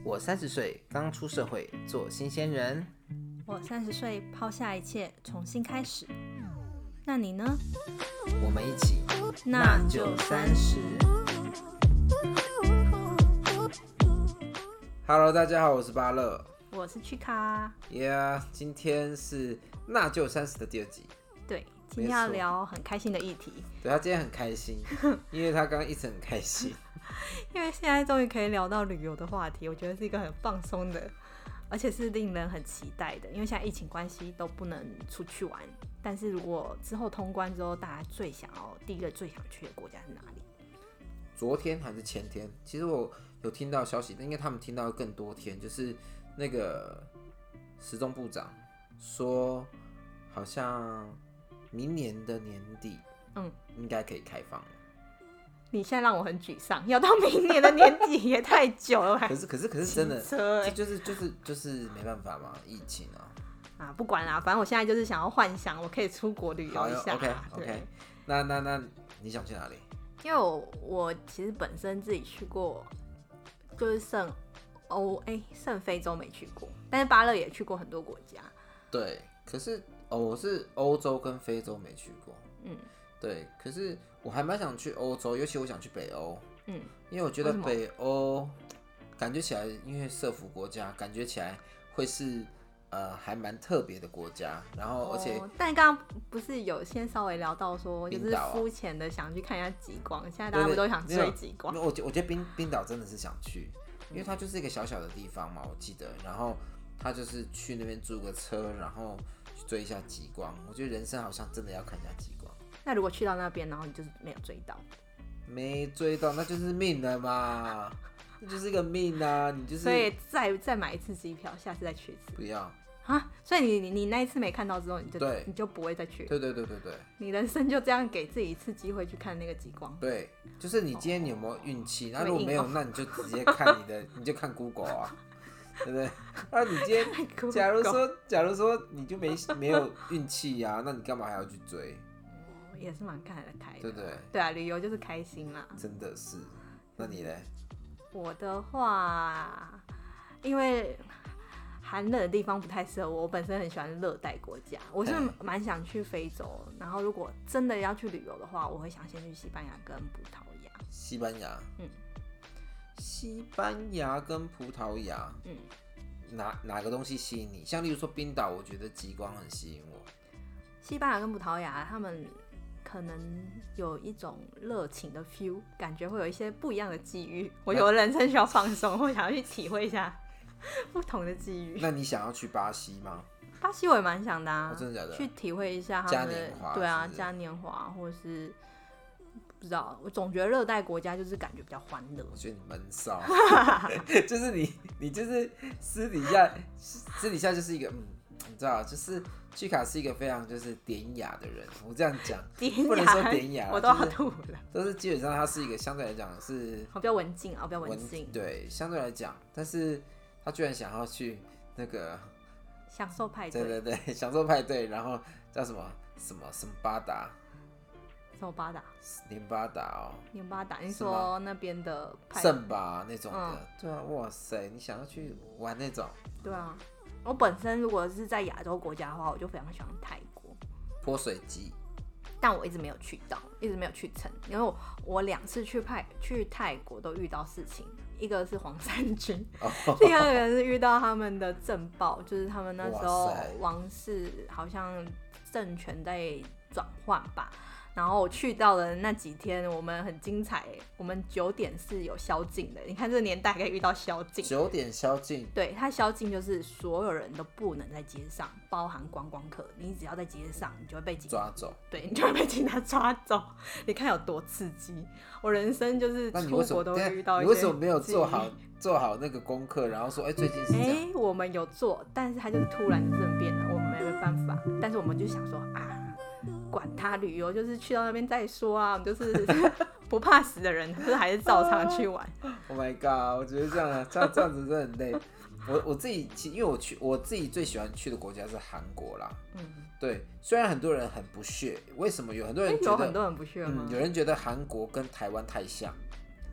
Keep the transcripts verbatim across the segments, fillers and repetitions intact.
我三十岁，刚出社会，做新鲜人。 我三十岁，抛下一切，重新开始。那你呢？ 我们一起， 那就三十。 Hello， 大家好，我是巴乐， 我是曲卡。 Yeah， 今天是那就三十的第二集。 对，今天要聊很开心的议题。 对，他今天很开心，因为他刚刚一直很开心。 因为现在终于可以聊到旅游的话题，我觉得是一个很放松的，而且是令人很期待的。因为现在疫情关系都不能出去玩，但是如果之后通关之后，大家最想要第一个最想去的国家是哪里？ 昨天还是前天？其实我有听到消息，应该他们听到更多天，就是那个时中部长说，好像明年的年底，嗯，应该可以开放了。 你现在让我很沮丧，要到明年的年底也太久了。 可是可是可是真的， 欸、 就是就是就是没办法嘛，疫情啊。 啊，不管啦，反正我现在就是想要幻想我可以出国旅游一下。 OK OK， 那那那你想去哪里？ 因为我我其实本身自己去过，就是剩欧哎剩非洲没去过，但是巴勒也去过很多国家。 对，可是哦，我是欧洲跟非洲没去过。嗯，对，可是我还蛮想去欧洲，尤其我想去北欧。嗯，因为我觉得北欧感觉起来，因为社福国家，感觉起来会是呃还蛮特别的国家。然后而且， 哦、但刚刚不是有先稍微聊到说，就是肤浅的想去看一下极光，现在大家不都想追极光？ 我我觉得冰冰岛真的是想去，因为它就是一个小小的地方嘛，我记得。然后他就是去那边租个车，然后去追一下极光。我觉得人生好像真的要看一下极光。 那如果去到那边，然后你就是没有追到， 没追到，那就是命了嘛，那就是一个命啊！你就是， 所以再再买一次机票，下次再去一次。 不要啊！所以你你你那一次没看到之后，你就对你就不会再去。 对对对对对， 你人生就这样给自己一次机会去看那个极光。 对，就是你今天你有没有运气？那、哦、如果没有，那你就直接看你的，你就看 Google 啊，对不对？那你今天，假如说，假如说你就没没有运气呀，那你干嘛还要去追？ 也是蛮看得开的， 对不对？ 对啊，旅游就是开心啦。 真的是，那你呢？ 我的话，因为寒冷的地方不太适合我，我本身很喜欢热带国家，我是蛮想去非洲。然后如果真的要去旅游的话，我会想先去西班牙跟葡萄牙。 西班牙，嗯，西班牙跟葡萄牙，嗯，哪哪个东西吸引你？像例如说冰岛，我觉得极光很吸引我。 西班牙跟葡萄牙，他们可能有一种热情的 feel， 感觉会有一些不一样的际遇。我有人生需要放松，我想要去体会一下不同的际遇。 那你想要去巴西吗？ 巴西我也蛮想的啊、 哦，真的假的？ 去体会一下他们的嘉年华， 对啊，嘉年华，或者是不知道，我总觉得热带国家就是感觉比较欢乐。 我觉得你闷骚，就是你，你就是私底下，私底下就是一个嗯，你知道，就是曲卡是一个非常就是典雅的人。我这样讲，不能说典雅， 我都要吐了。 都是基本上他是一个相对来讲是比较文静啊，比较文静。 对，相对来讲，但是他居然想要去那个享受派对， 对对对，享受派对，然后叫什么什么什么巴达。 什么巴达？ 连巴达哦， 连巴达，你说那边的圣巴那种的、嗯，对啊，哇塞，你想要去玩那种？ 对啊，我本身如果是在亚洲国家的话，我就非常喜欢泰国泼水机， 但我一直没有去到，一直没有去成，因为我我两次去派去泰国都遇到事情，一个是黄衫军，哦、第二个是遇到他们的政暴，就是他们那时候王室好像政权在转换吧。然后我去到的那几天，我们很精彩。我们九点是有宵禁的，你看这个年代可以遇到宵禁。 九点宵禁？ 对，它宵禁就是所有人都不能在街上，包含观光客。你只要在街上，你就会被警抓走。 对，你就会被警察抓走。你看有多刺激！我人生就是出国都会遇到一些。 你为什么没有做好做好那个功课，然后说，哎、欸，最近是这样？哎、 欸，我们有做，但是它就是突然的政变了，我们没办法。但是我们就想说啊。管他旅游就是去到那边再说啊，我们就是不怕死的人，就是还是照常去玩。 Oh my god！ 我觉得这样啊，这样这样子真的很累。我我自己，因为我去我自己最喜欢去的国家是韩国啦。嗯，对，虽然很多人很不屑，为什么有很多人觉得、 欸、有很多人不屑吗？ 嗯，有人觉得韩国跟台湾太像。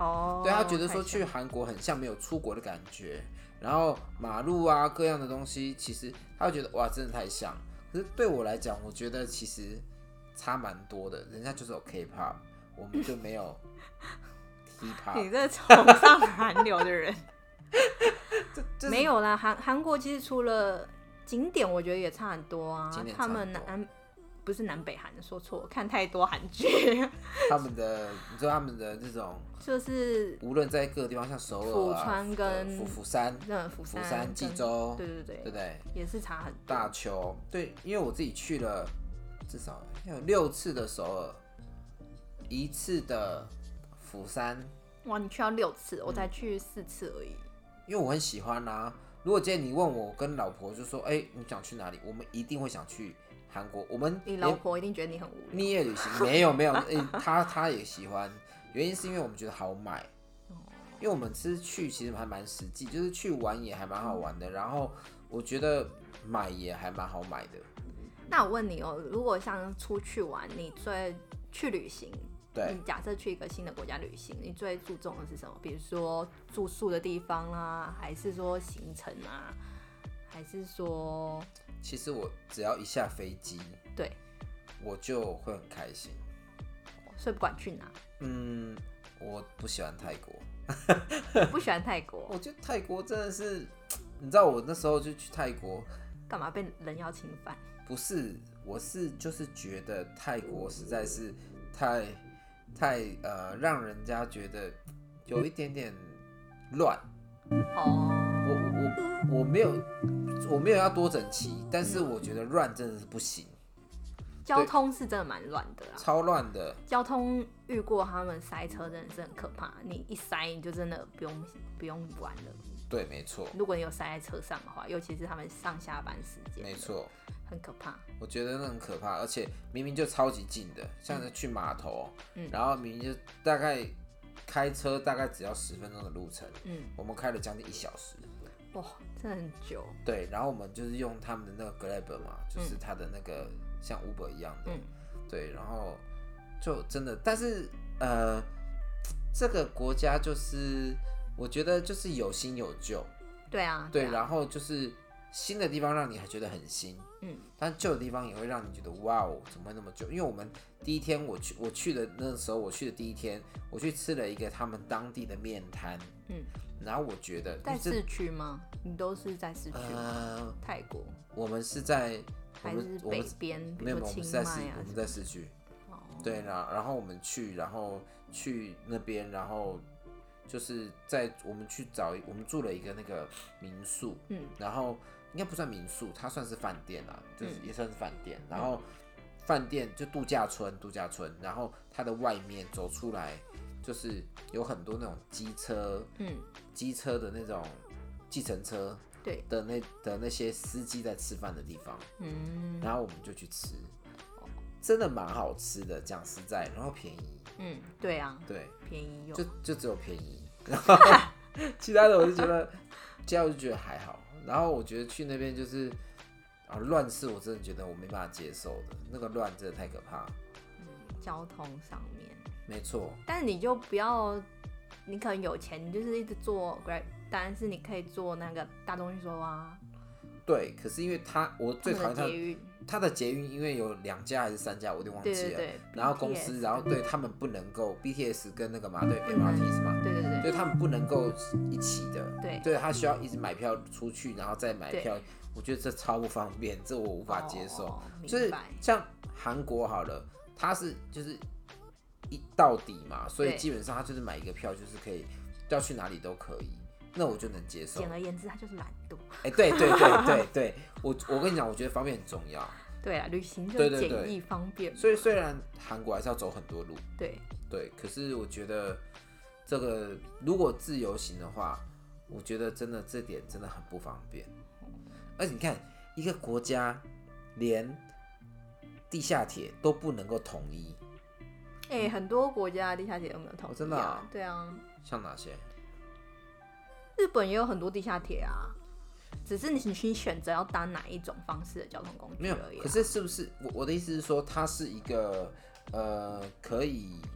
哦， 对他觉得说去韩国很像没有出国的感觉，然后马路啊各样的东西，其实他会觉得哇真的太像。可是对我来讲，我觉得其实差蛮多的，人家就是有 K-pop， 我们就没有 T-pop。 你这崇尚韩流的人，没有啦，韩韩国其实除了景点，我觉得也差很多啊。他们南不是南北韩，说错，看太多韩剧。 他们的，你知道他们的这种， 就是无论在各个地方，像首尔、 釜川跟釜釜山、 釜山、济州， 对对对， 对不对？ 也是差很多。 大邱，对，因为我自己去了至少有六次的首尔，一次的釜山。 哇，你去到六次，我才去四次而已。 因为我很喜欢啊。如果今天你问我跟老婆就说，哎、欸，你想去哪里？我们一定会想去韩国。我们你老婆一定觉得你很无聊。 蜜月旅行没有没有，欸、她她也喜欢。原因是因为我们觉得好买，因为我们是去其实还蛮实际，就是去玩也还蛮好玩的。然后我觉得买也还蛮好买的。 那我问你哦，如果像出去玩，你最去旅行？ 对， 你假设去一个新的国家旅行，你最注重的是什么？比如说住宿的地方啊，还是说行程啊，还是说…… 其实我只要一下飞机， 对， 我就会很开心。 所以不管去哪， 嗯，我不喜欢泰国， 不喜欢泰国。 我觉得泰国真的是，你知道我那时候就去泰国， 干嘛被人妖侵犯？ 不是，我是就是觉得泰国实在是太。太呃，让人家觉得有一点点乱。 哦， 我我我没有我没有要多整齐，但是我觉得乱真的是不行。 交通是真的蛮乱的啊， 超乱的。 交通遇过他们塞车真的是很可怕，你一塞你就真的不用不用玩了。 对，没错。 如果你有塞在车上的话，尤其是他们上下班时间， 没错。 很可怕， 我觉得那很可怕，而且明明就超级近的，像是去码头，嗯，然后明明就大概开车大概只要十分钟的路程，嗯，我们开了将近一小时， 哇，真的很久。 对，然后我们就是用他们的那个 Grab 嘛，就是他的那个像 Uber 一样的，嗯，对，然后就真的，但是呃，这个国家就是我觉得就是有新有旧， 对啊， 对，然后就是新的地方让你还觉得很新。嗯，但旧的地方也会让你觉得哇哦，怎么会那么久？因为我们第一天我去我去的那时候，我去的第一天，我去吃了一个他们当地的面摊，嗯，然后我觉得在市区吗？你都是在市区吗？呃，泰国， 我们是在还是北边？ 没有，我们在市，我们在市区。哦，对，然然后我们去，然后去那边，然后就是在我们去找，我们住了一个那个民宿，嗯，然后。应该不算民宿，它算是饭店啦，就是也算是饭店。嗯、然后饭店就度假村，度假村，然后它的外面走出来，就是有很多那种机车，嗯，机车的那种计程车，对的那的那些司机在吃饭的地方，嗯，然后我们就去吃，真的蛮好吃的，讲实在，然后便宜， 嗯，对啊， 对， 便宜又就就只有便宜，然后其他的我就觉得，其他我就觉得还好。然后我觉得去那边就是啊乱世，我真的觉得我没办法接受的，那个乱真的太可怕。 嗯，交通上面没错， 但是你就不要，你可能有钱，你就是一直坐 Grab， 但是你可以坐那个大众运输啊。 对，可是因为他我最讨厌他他的捷运，因为有两家还是三家，我有点忘记了。对对对。然后公司，然后对他们不能够 B T S 跟那个嘛，对 M R T 是吗？ 对对对。 所以他们不能够一起的。 对。 对，他需要一直买票出去，然后再买票。我觉得这超不方便，这我无法接受。哦、就是像韩国好了，他是就是一到底嘛，所以基本上他就是买一个票，就是可以要去哪里都可以。那我就能接受。 简而言之，它就是懒惰。 哎、欸，对对对对对，我我跟你讲，我觉得方便很重要。 对啊，旅行就是简易方便。 所以虽然韩国还是要走很多路， 对对，可是我觉得这个如果自由行的话，我觉得真的这点真的很不方便。而且你看，一个国家连地下铁都不能够统一。 哎、欸，很多国家地下铁都没有统一、啊哦。 真的啊？ 对啊。 像哪些？ 日本也有很多地下铁啊，只是你你选择要搭哪一种方式的交通工具而已、啊。 可是是不是我我的意思是说，它是一个呃可以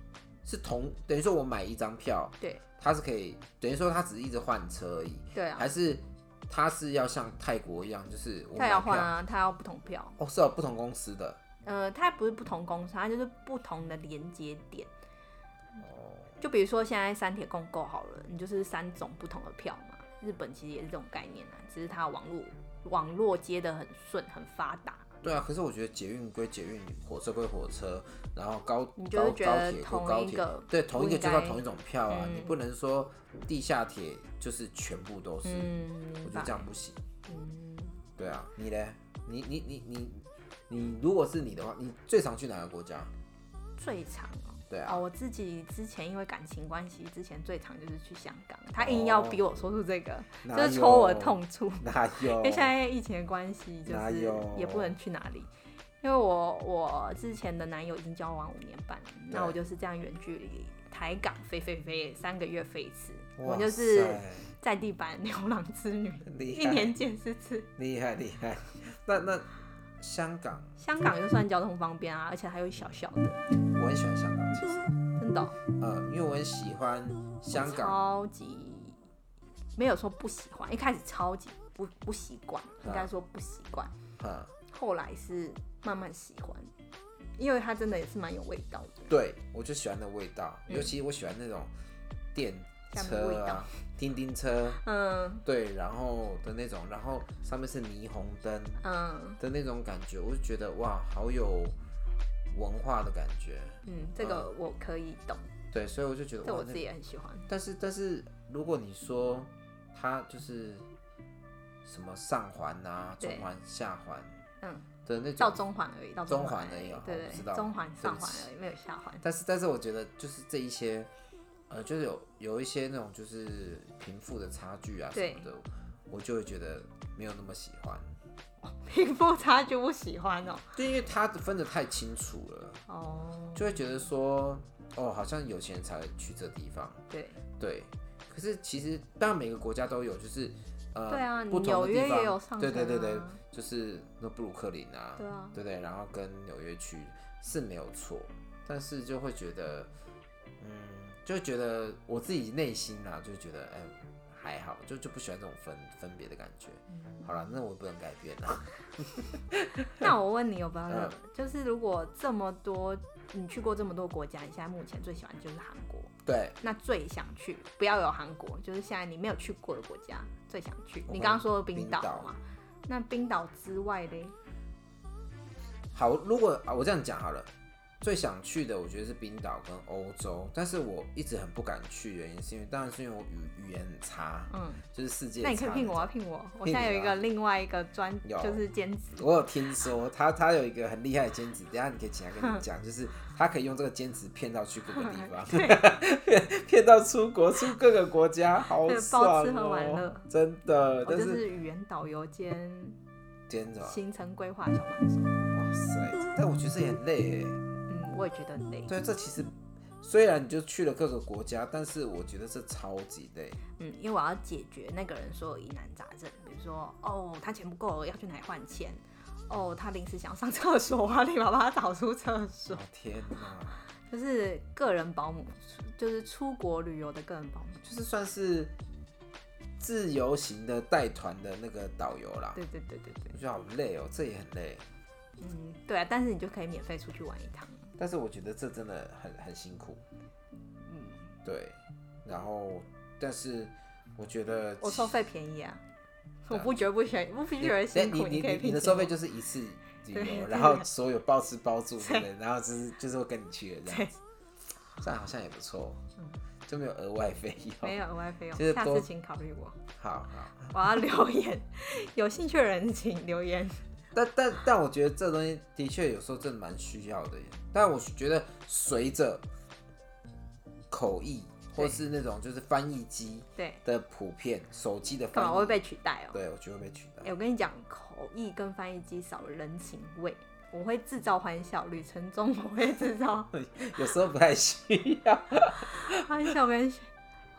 是同等于说我买一张票， 对， 它是可以等于说它只是一直换车而已， 对啊， 还是它是要像泰国一样，就是我它要换啊，它要不同票。 哦，是有不同公司的。 呃，它不是不同公司，它就是不同的连接点。哦，就比如说现在三铁共购好了，你就是三种不同的票嘛。日本其实也是这种概念啊，只是它网络网络接得很顺很发达。 对啊，可是我觉得捷运归捷运，火车归火车，然后高你就是觉得同一个对同一个就是要同一种票啊， 嗯、 你不能说地下铁就是全部都是， 嗯、 我觉得这样不行。 嗯， 对啊，你呢？你你你你你如果是你的话，你最常去哪个国家？ 最常哦， 对啊， 哦，我自己之前因为感情关系，之前最常就是去香港，他硬要逼我说出这个， 哦、 就是戳我的痛处。 哪有？ 因为现在疫情的关系，就是也不能去哪里。因为我我之前的男友已经交往五年半了，那我就是这样远距离台港飞飞飞，三个月飞一次，我就是在地版流浪之女，一年见四次， 厉害厉害。那那香港， 香港就算交通方便啊，而且还有小小的。 我很喜欢香港，其实真的、哦， 呃，因为我很喜欢香港， 超级没有说不喜欢，一开始超级不不习惯，应该说不习惯， 嗯， 后来是慢慢喜欢，因为它真的也是蛮有味道的。 对，我就喜欢那味道，嗯、尤其我喜欢那种电车啊、叮叮车，嗯，对，然后的那种，然后上面是霓虹灯，嗯的那种感觉，我就觉得哇，好有文化的感觉。 嗯，这个我可以懂。 嗯、对，所以我就觉得， 这我自己也很喜欢。 但是，但是如果你说它就是什么上环啊、中环、下环，嗯的那种， 到中环而已，到中环而已， 对对， 知道中环、上环而已，没有下环。 但是，但是我觉得就是这一些。呃，就是有有一些那种就是贫富的差距啊什么的，我就会觉得没有那么喜欢。 贫富差距不喜欢哦， 就因为它分得太清楚了，哦，就会觉得说，哦，好像有钱人才会去这地方。 对对，可是其实当然每个国家都有，就是呃， 对啊， 不同的地方纽约也有上城啊， 对对对对，就是那布鲁克林啊， 对啊， 对不对？然后跟纽约区是没有错，但是就会觉得，嗯。就觉得我自己内心啦，就觉得哎、欸、还好，就就不喜欢这种分分别的感觉。嗯、好了，那我也不能改变了。 那我问你有没有、嗯，就是如果这么多你去过这么多国家，你现在目前最喜欢就是韩国。 对。 那最想去，不要有韩国，就是现在你没有去过的国家，最想去。你刚刚说的冰岛嘛？那冰岛之外嘞？ 好，如果啊，我这样讲好了。最想去的，我觉得是冰岛跟欧洲，但是我一直很不敢去，原因是因为，当然是因为我语语言很差，嗯，就是世界差。 那你可以聘我啊，聘我，我现在有一个另外一个专，就是兼职。 我有听说他他有一个很厉害的兼职，等一下你可以请他跟你讲，就是他可以用这个兼职骗到去各个地方，骗到出国出各个国家，好爽哦， 包吃喝玩乐， 真的。 我就是语言导游兼兼什么？ 行程规划小帮手。 哇塞，但我觉得这也很累哎。 我也觉得很累。 对，这其实虽然你就去了各个国家，但是我觉得这超级累。 嗯，因为我要解决那个人所有疑难杂症，比如说，哦，他钱不够要去哪里换钱，哦，他临时想上厕所，我要立马帮他找出厕所。 哦、天哪！ 就是个人保姆，就是出国旅游的个人保姆， 就是算是自由行的带团的那个导游啦。 对对对对对， 我觉得好累哦，这也很累。 嗯，对啊，但是你就可以免费出去玩一趟。 但是我觉得这真的很很辛苦，嗯，对，然后但是我觉得我收费便宜啊，我不觉得不嫌不觉得辛苦， 你可以你的收费就是一次旅游，然后所有包吃包住对不对？然后就是就是会跟你去的这样子，这样好像也不错，就没有额外费用， 没有额外费用，下次请考虑我。 好好， 我要留言，有兴趣的人请留言。 但但但我觉得这东西的确有时候真的蛮需要的耶。但我觉得随着口译或是那种就是翻译机的普遍，手机的翻译会被取代哦。 对，我觉得会被取代。 欸、我跟你讲，口译跟翻译机少了人情味。我会制造欢笑，旅程中我会制造， 有时候不太需要欢笑跟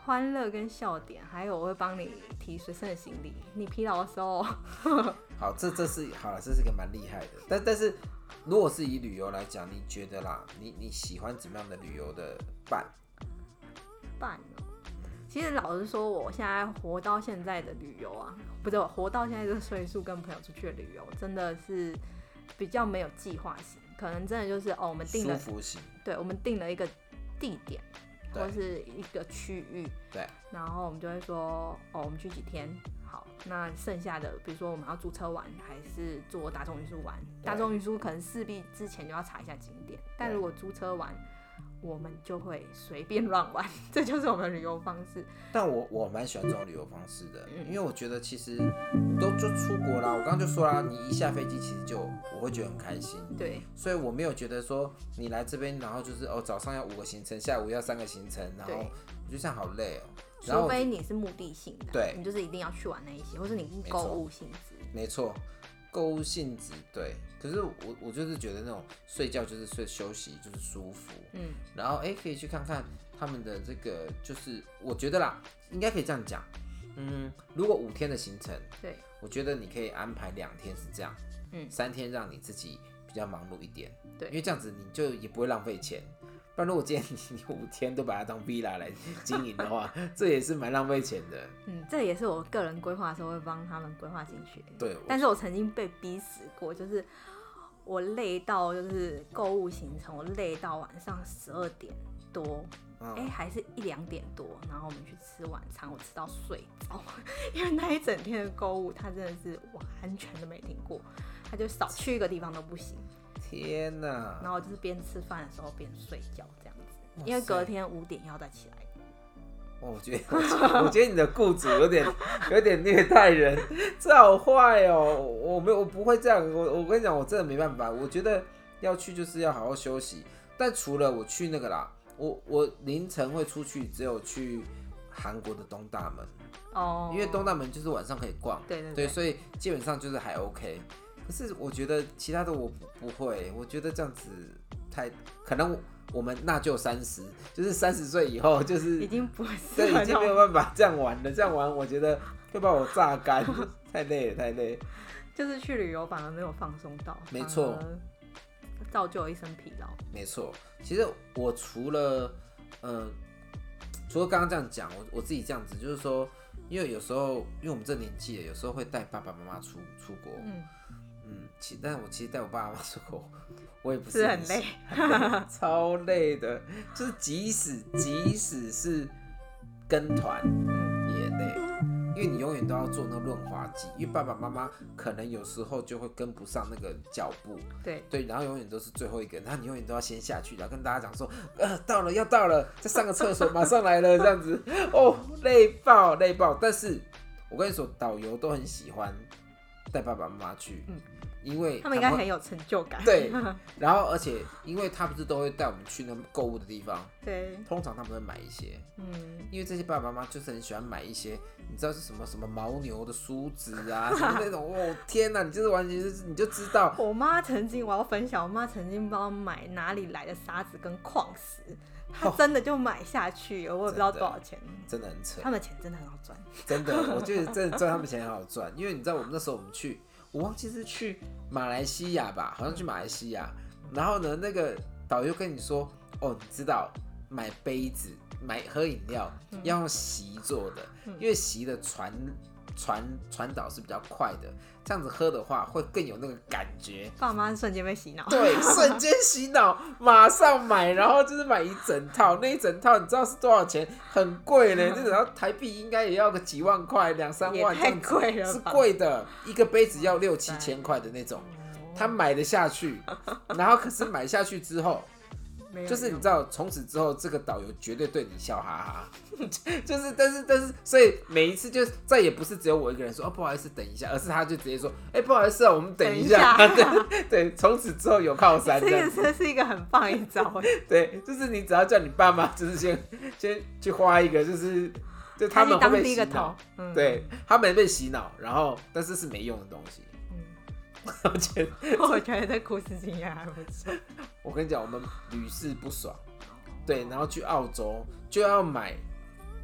欢乐跟笑点，还有我会帮你提随身的行李，你疲劳的时候。 好，这这是好了，这是一个蛮厉害的。但但是如果是以旅游来讲，你觉得啦，你你喜欢怎么样的旅游的伴？ 伴哦，其实老实说，我现在活到现在的旅游啊，不是活到现在这个岁数，跟朋友出去的旅游，真的是比较没有计划型，可能真的就是哦，我们定了舒服型， 对，我们定了一个地点或是一个区域， 对， 然后我们就会说哦，我们去几天。好，那剩下的，比如说我们要租车玩，还是坐大众运输玩？大众运输可能势必之前就要查一下景点，但如果租车玩，我们就会随便乱玩，这就是我们的旅游方式。 但我我蛮喜欢这种旅游方式的，嗯、因为我觉得其实都就出国啦，我刚刚就说啦，你一下飞机其实就我会觉得很开心， 对， 所以我没有觉得说你来这边，然后就是哦早上要五个行程，下午要三个行程，然后我觉得这样好累哦。 除非你是目的性的， 对， 你就是一定要去玩那一些，或是你购物性质， 没错，购物性质对。可是我我就是觉得那种睡觉就是睡休息就是舒服，嗯，然后哎、欸、可以去看看他们的这个，就是我觉得啦，应该可以这样讲，嗯，如果五天的行程，对，我觉得你可以安排两天是这样，嗯，三天让你自己比较忙碌一点，对，因为这样子你就也不会浪费钱。不然如果今天你五天都把它当 villa 来经营的话，这也是蛮浪费钱的。 嗯，这也是我个人规划的时候会帮他们规划进去。 对， 但是我曾经被逼死过，就是我累到就是购物行程，我累到晚上十二点多，哎、嗯欸，还是一两点多，然后我们去吃晚餐，我吃到睡着，因为那一整天的购物，它真的是完全都没停过，它就少去一个地方都不行。 天哪！ 然后就是边吃饭的时候边睡觉这样子，因为隔天五点要再起来。 我觉得，我觉得你的雇主有点有点虐待人，这好坏哦！我没有，我不会这样。我我跟你讲，我真的没办法。我觉得要去就是要好好休息。但除了我去那个啦，我我凌晨会出去，只有去韩国的东大门哦，因为东大门就是晚上可以逛，对对 对, 对，所以基本上就是还 OK。可是我觉得其他的我不会，我觉得这样子太可能我们那就三十，就是三十岁以后就是已经不是， 对，已经没有办法这样玩了，这样玩我觉得会把我榨干，太累了，太累了。 就是去旅游反而没有放松到， 没错， 造就了一身疲劳。 没错，其实我除了呃，除了刚刚这样讲，我我自己这样子，就是说，因为有时候因为我们这年纪了，有时候会带爸爸妈妈出出国，嗯。嗯，其但是我其实带我爸妈出国，我也不是很累， 超累的。就是即使即使是跟团也累，因为你永远都要坐那个润滑剂，因为爸爸妈妈可能有时候就会跟不上那个脚步，对对，然后永远都是最后一个，然后你永远都要先下去，然后跟大家讲说，呃，到了要到了，再上个厕所，马上来了这样子，哦，累爆累爆。但是我跟你说，导游都很喜欢带爸爸妈妈去，嗯，因为 他, 他们应该很有成就感。 对，然后而且因为他不是都会带我们去那购物的地方，对，通常他们会买一些，嗯，因为这些爸爸妈妈就是很喜欢买一些，你知道是什么什么牦牛的梳子啊，什么那种，哦天哪，你就是完全就是你就知道。 我妈曾经，我要分享，我妈曾经帮我买哪里来的沙子跟矿石。他真的就买下去，我也不知道多少钱， 真的很扯。 他们的钱真的很好赚， 真的，我觉得真的赚他们钱很好赚，因为你知道我们那时候我们去，我忘记是去马来西亚吧，好像去马来西亚，然后呢，那个导游跟你说，哦，你知道买杯子、买喝饮料要用锡做的，因为锡的传传传导是比较快的。这样子喝的话会更有那个感觉， 爸妈瞬间被洗脑， 对，瞬间洗脑，马上买，然后就是买一整套，那一整套你知道是多少钱？很贵嘞，那整套台币应该也要个几万块，两三万， 也太贵了吧， 是贵的，一个杯子要六七千块的那种，他买得下去，然后可是买下去之后。就是你知道，从此之后这个导游绝对对你笑哈哈，就是，但是，但是，所以每一次就再也不是只有我一个人说哦不好意思等一下，而是他就直接说哎、欸、不好意思啊我们等一下，等一下对对，从此之后有靠山， 这个真是一个很棒一招， 对，就是你只要叫你爸妈，就是先先去花一个，就是就他们会被洗脑，嗯、对，他们被洗脑，然后但是是没用的东西。我觉得， 我觉得这故事经验还不错。 我跟你讲，我们屡试不爽，对，然后去澳洲就要买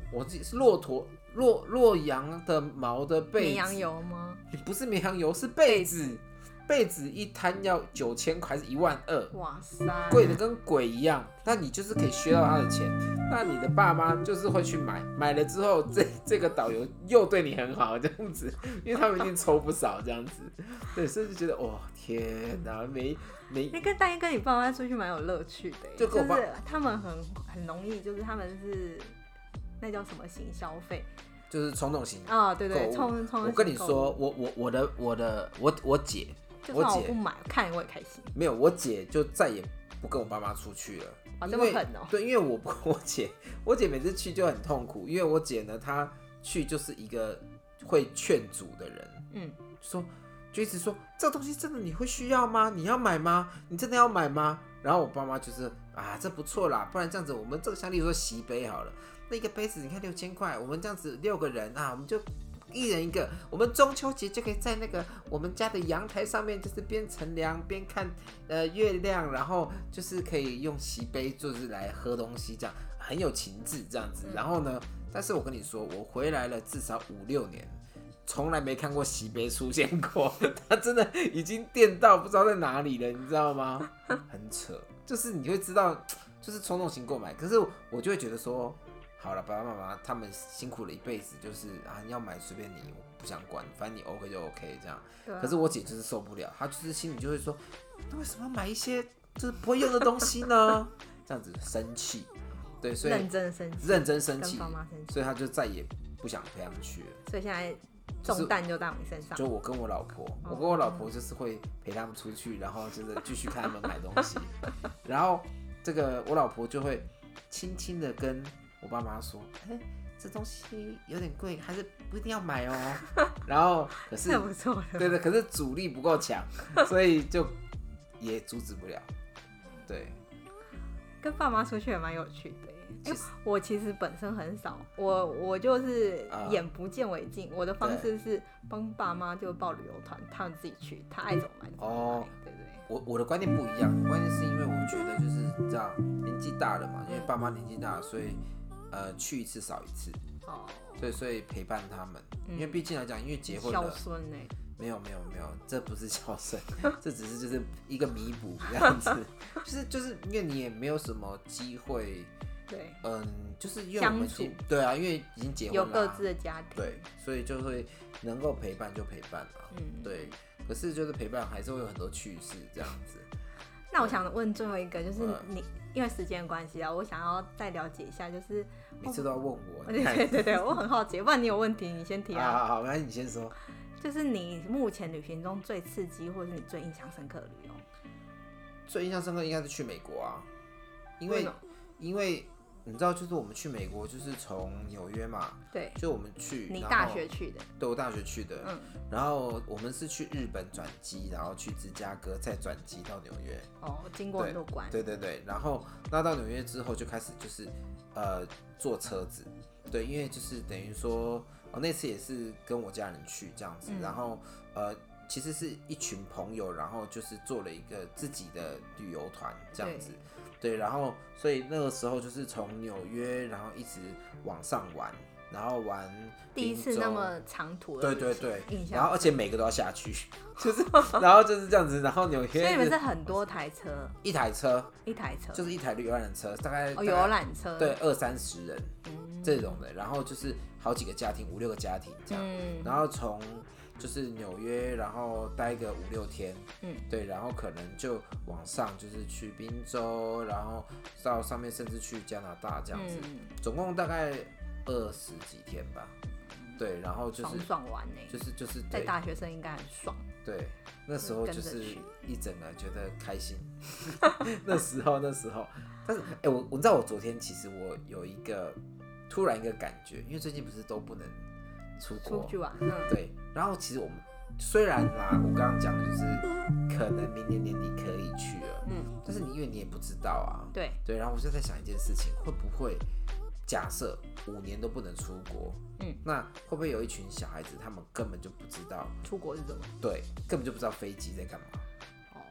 我自己是骆驼洛洛阳的毛的被子， 绵羊油吗？ 不是绵羊油，是被子。被子一摊要九千块，还是一万二？ 哇塞， 贵的跟鬼一样。那你就是可以削到他的钱，那你的爸妈就是会去买，买了之后，这这个导游又对你很好，这样子，因为他们一定抽不少这样子。对，所以就觉得哇，天哪，没没。 那跟大家跟你爸妈出去蛮有乐趣的， 就跟我爸， 就是他们很很容易，就是他们是那叫什么型消费。 就是冲动型啊、哦，对对，冲冲。 我跟你说，我我我的我的我我姐。 就算我不买，看我也开心。 没有，我姐就再也不跟我爸妈出去了。 啊，这么狠哦、喔！ 对，因为我我姐，我姐每次去就很痛苦，因为我姐呢，她去就是一个会劝阻的人，嗯，说就一直说这个东西真的你会需要吗？你要买吗？你真的要买吗？然后我爸妈就是啊，这不错啦，不然这样子我们这个像例如说洗杯好了，那一个杯子你看六千块，我们这样子六个人啊，我们就。一人一个，我们中秋节就可以在那个我们家的阳台上面，就是边乘凉边看呃月亮，然后就是可以用洗杯就是来喝东西，这样很有情致这样子。然后呢，但是我跟你说，我回来了至少五六年，从来没看过洗杯出现过，它真的已经电到不知道在哪里了，你知道吗？很扯，就是你会知道，就是冲动型购买，可是我就会觉得说。好了，爸爸妈妈他们辛苦了一辈子，就是啊，你要买随便你，我不想管，反正你 OK 就 OK 这样。啊、可是我姐就是受不了，她就是心里就会说，那为什么要买一些就是不会用的东西呢？这样子生气，对，所以认真生气， 认真生气， 跟爸妈生气， 所以她就再也不想陪他们去了。 所以现在重担就到你身上。 就我跟我老婆，哦、我跟我老婆就是会陪他们出去，然后就是继续看他们买东西，然后这个我老婆就会轻轻的跟。我爸妈说：“哎、欸，这东西有点贵，还是不一定要买哦。”然后可是， 太不错了， 对对，可是阻力不够强，所以就也阻止不了。对， 跟爸妈出去也蛮有趣的。因为我其实本身很少，我我就是眼不见为净。呃、我的方式是帮爸妈就报旅游团，他们自己去，他爱怎么买就怎么买。哦，对对。 我我的观念不一样，关键是因为我觉得就是这样，年纪大了嘛，因为爸妈年纪大了，所以。呃，去一次少一次，哦，所以所以陪伴他们，嗯、因为毕竟来讲，因为结婚了， 孝顺呢？ 没有没有没有，这不是孝顺，这只是就是一个弥补这样子，就是就是因为你也没有什么机会， 对， 嗯，就是因为我们相处，对啊，因为已经结婚了， 有各自的家庭， 对，所以就会能够陪伴就陪伴嘛，嗯，对，可是就是陪伴还是会有很多趣事这样子。 那我想问最后一个，就是你。嗯因为时间关系啊，我想要再了解一下，就是每次都要问我， 对对对对，我很好奇，不然你有问题你先提啊。 好好好，那你先说。 就是你目前旅行中最刺激，或者是你最印象深刻的旅游？ 最印象深刻应该是去美国啊，因为因为你知道，就是我们去美国，就是从纽约嘛， 对， 就我们去， 你大学去的， 对，我大学去的，嗯，然后我们是去日本转机，然后去芝加哥，再转机到纽约， 哦，经过很多关， 对对对，然后那到纽约之后就开始就是呃坐车子，对，因为就是等于说，哦那次也是跟我家人去这样子，嗯、然后呃其实是一群朋友，然后就是做了一个自己的旅游团这样子。对，然后所以那个时候就是从纽约，然后一直往上玩，然后玩第一次那么长途的， 对对对，然后而且每个都要下去，就是然后就是这样子，然后纽约， 所以你们是很多台车， 一台车， 一台车， 就是一台游览车，大概哦游览车， 对，二三十人、嗯、这种的，然后就是好几个家庭，五六个家庭这样，嗯、然后从。就是纽约，然后待个五六天，嗯，对，然后可能就往上，就是去宾州，然后到上面甚至去加拿大这样子，嗯、总共大概二十几天吧，对，然后就是爽爽玩呢， 就是就是在大学生应该很爽， 对，那时候就是一整个觉得开心，那时候那时候，但是哎、欸，我我知道我昨天其实我有一个突然一个感觉，因为最近不是都不能。出国出去玩，嗯， 对。然后其实我们虽然啦，我刚刚讲的就是可能明年年底可以去了，嗯，但是你因为你也不知道啊， 对对。然后我就在想一件事情，会不会假设五年都不能出国，嗯，那会不会有一群小孩子，他们根本就不知道出国是什么？ 对，根本就不知道飞机在干嘛。 哦，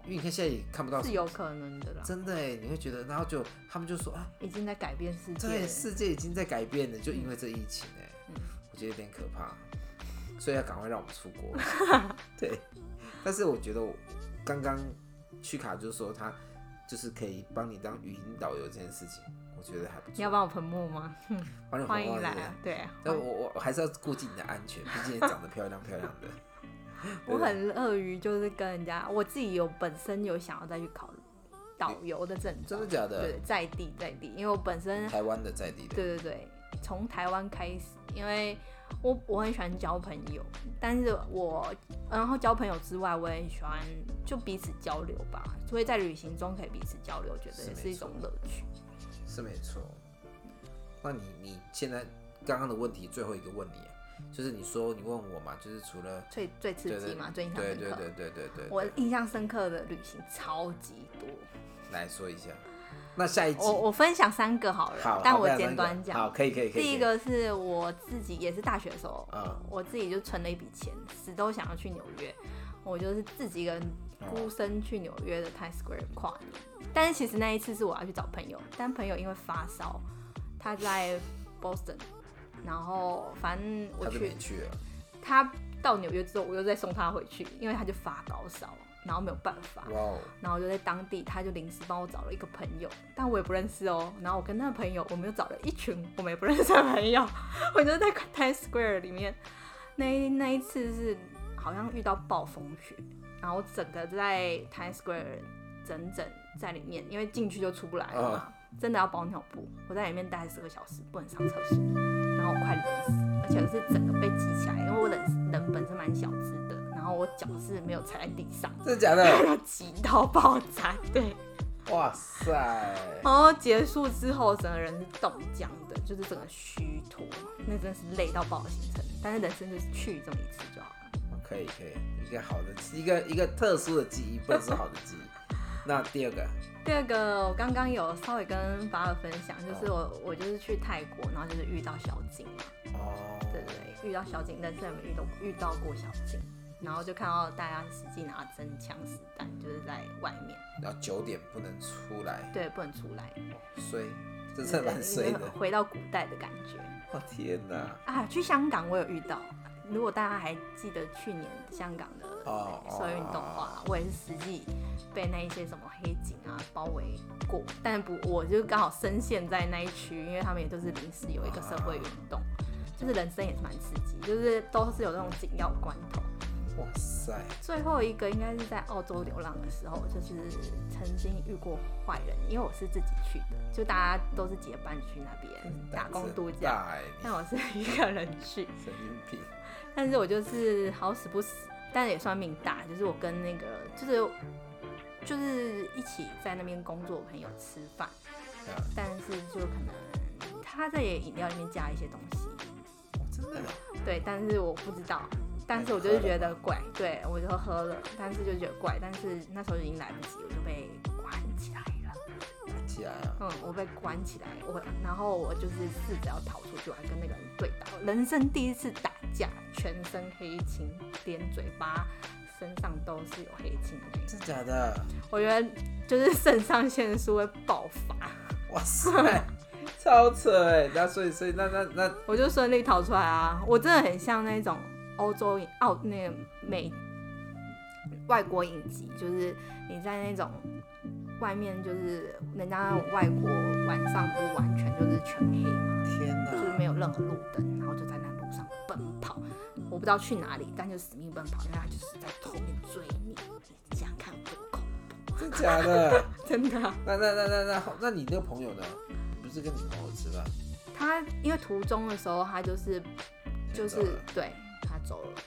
因为你看现在也看不到， 是有可能的啦。 真的哎，你会觉得，然后就他们就说啊， 已经在改变世界， 对，世界已经在改变了，就因为这疫情哎、嗯，我觉得有点可怕，所以要赶快让我们出国。对，但是我觉得我刚刚去卡就是说他就是可以帮你当语音导游这件事情，我觉得还不错。 你要帮我喷墨吗？欢迎来啊！对啊， 但我我还是要顾及你的安全，毕竟你长得漂亮漂亮的。 我很乐于就是跟人家，我自己有本身有想要再去考导游的证照。 真的假的？ 对，在地在地，因为我本身台湾的在地的。 对对对，从台湾开始，因为我我很喜欢交朋友，但是我然后交朋友之外，我也很喜欢就彼此交流吧，所以在旅行中可以彼此交流，觉得也是一种乐趣。 是没错。那你你现在刚刚的问题最后一个问你。就是你说你问我嘛，就是除了最最刺激嘛，最印象深刻。 对对对对对对。 我印象深刻的旅行超级多。 来说一下。那下一集我我分享三个好了， 好但我简短讲。 好，可以可以可以。 第一个是我自己也是大学的时候， 嗯、 我自己就存了一笔钱，死都想要去纽约。我就是自己一个人孤身去纽约的 Times Square 跨年。但是其实那一次是我要去找朋友，但朋友因为发烧，他在 Boston。然后反正我去， 他去了。 他到纽约之后，我又再送他回去，因为他就发高烧，然后没有办法。 Wow. 然后我就在当地，他就临时帮我找了一个朋友，但我也不认识哦。然后我跟那个朋友，我们又找了一群我们也不认识的朋友，我就在 Times Square 里面。那那一次是好像遇到暴风雪，然后整个在 Times Square 整整在里面，因为进去就出不来了嘛。Uh. 真的要包尿布，我在里面待十个小时，不能上厕所，然后我快冷死，而且是整个被挤起来，因为我人人本身蛮小只的，然后我脚是没有踩在地上， 真的假的？ 挤到爆炸，对， 哇塞！ 然后结束之后，整个人是冻僵的，就是整个虚脱，那真的是累到爆的行程。但是人生就是去这么一次就好了。 可以可以，一个好的，一个一个特殊的记忆，不能是好的记忆。那第二个， 第二个我刚刚有稍微跟法尔分享，就是我、哦、我就是去泰国，然后就是遇到小景嘛，哦，对对对，遇到小景，人生有没有遇到遇到过小景，然后就看到大家实际拿真枪实弹，就是在外面， 然后九点不能出来， 对，不能出来， 衰，这真的蛮衰的， 回到古代的感觉。 哦天哪！ 啊，去香港我有遇到，如果大家还记得去年香港的社运动的话，哦、我也是实际被那一些什么黑警啊包围过，但不，我就刚好深陷在那一区，因为他们也都是临时有一个社会运动，就是人生也是蛮刺激，就是都是有那种紧要关头。 哇塞！最后一个应该是在澳洲流浪的时候，就是曾经遇过坏人，因为我是自己去的，就大家都是结伴去那边打工度假，但我是一个人去， 神经病。 但是我就是好死不死，但也算命大，就是我跟那个就是就是一起在那边工作的朋友吃饭，嗯、但是就可能他在饮料里面加一些东西， 哦、真的？ 对，但是我不知道。但是我就是觉得怪，对，我就喝了，但是就觉得怪，但是那时候已经来不及，我就被关起来了。 关起来啊？ 嗯，我被关起来，我然后我就是试着要逃出去，我还跟那个人对打，人生第一次打架，全身黑青，连嘴巴、身上都是有黑青的那种。 真的假的？ 我觉得就是肾上腺素会爆发。 哇塞！超扯哎！那所以所以那那那， 我就顺利逃出来啊！我真的很像那种。欧洲澳那个美外国影集，就是你在那种外面，就是人家那种外国晚上不是完全就是全黑嘛， 天哪， 就是没有任何路灯，然后就在那路上奔跑，我不知道去哪里，但就死命奔跑，因为他就是在后面追你，你想看多恐怖？ 真假的？ 真的。 那那那那那那你那个朋友呢？不是跟你朋友吃饭？ 他因为途中的时候，他就是就是对。他走了，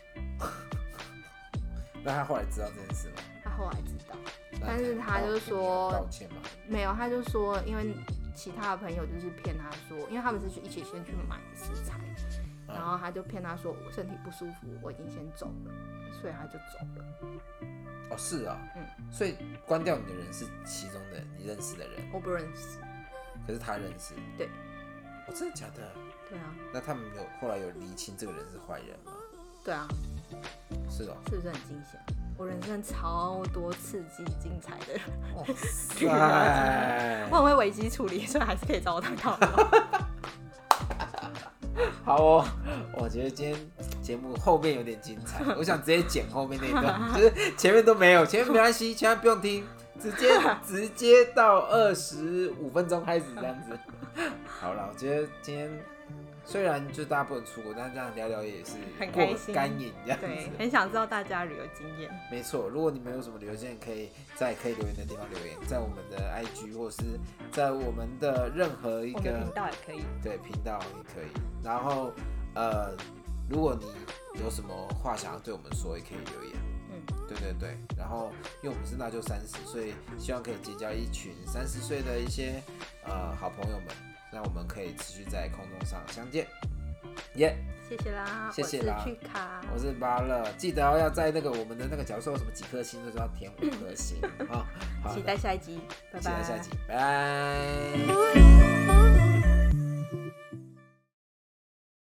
那他后来知道这件事吗？ 他后来知道，但是他就说道歉吗？ 没有，他就说因为其他的朋友就是骗他说，因为他们是去一起先去买食材，嗯、然后他就骗他说我身体不舒服，我已经先走了，所以他就走了。 哦，是啊，嗯，所以关掉你的人是其中的你认识的人？ 我不认识， 可是他认识。 对。 哦，真的假的？ 对啊。 那他们有后来有厘清这个人是坏人吗？ 对啊， 是哦， 是不是很惊险？ 我人生超多刺激精彩的哇塞， 我很会危机处理，所以还是可以找我当导游。 好哦，我觉得今天节目后面有点精彩，我想直接剪后面那一段，就是前面都没有，前面没关系，千万不用听，直接直接到二十五分钟开始这样子。好了，我觉得今天虽然就大家不能出国，但这样聊聊也是很开心， 干瘾这样子。 对，很想知道大家旅游经验。 没错，如果你们有什么旅游经验，可以在可以留言的地方留言，在我们的 I G 或是在我们的任何一个频道也可以， 对，频道也可以。然后呃，如果你有什么话想要对我们说，也可以留言。嗯，对对对。然后因为我们是那就三十，所以希望可以结交一群三十岁的一些呃好朋友们。那我们可以持续在空中上相见，耶、 yeah ！谢谢啦， 谢谢啦， 我是去卡， 我是巴乐，记得要在那个我们的那个角色有什么几颗星，就是要填五颗星啊！好， 期待下一集，拜拜， 期待下一集，拜拜。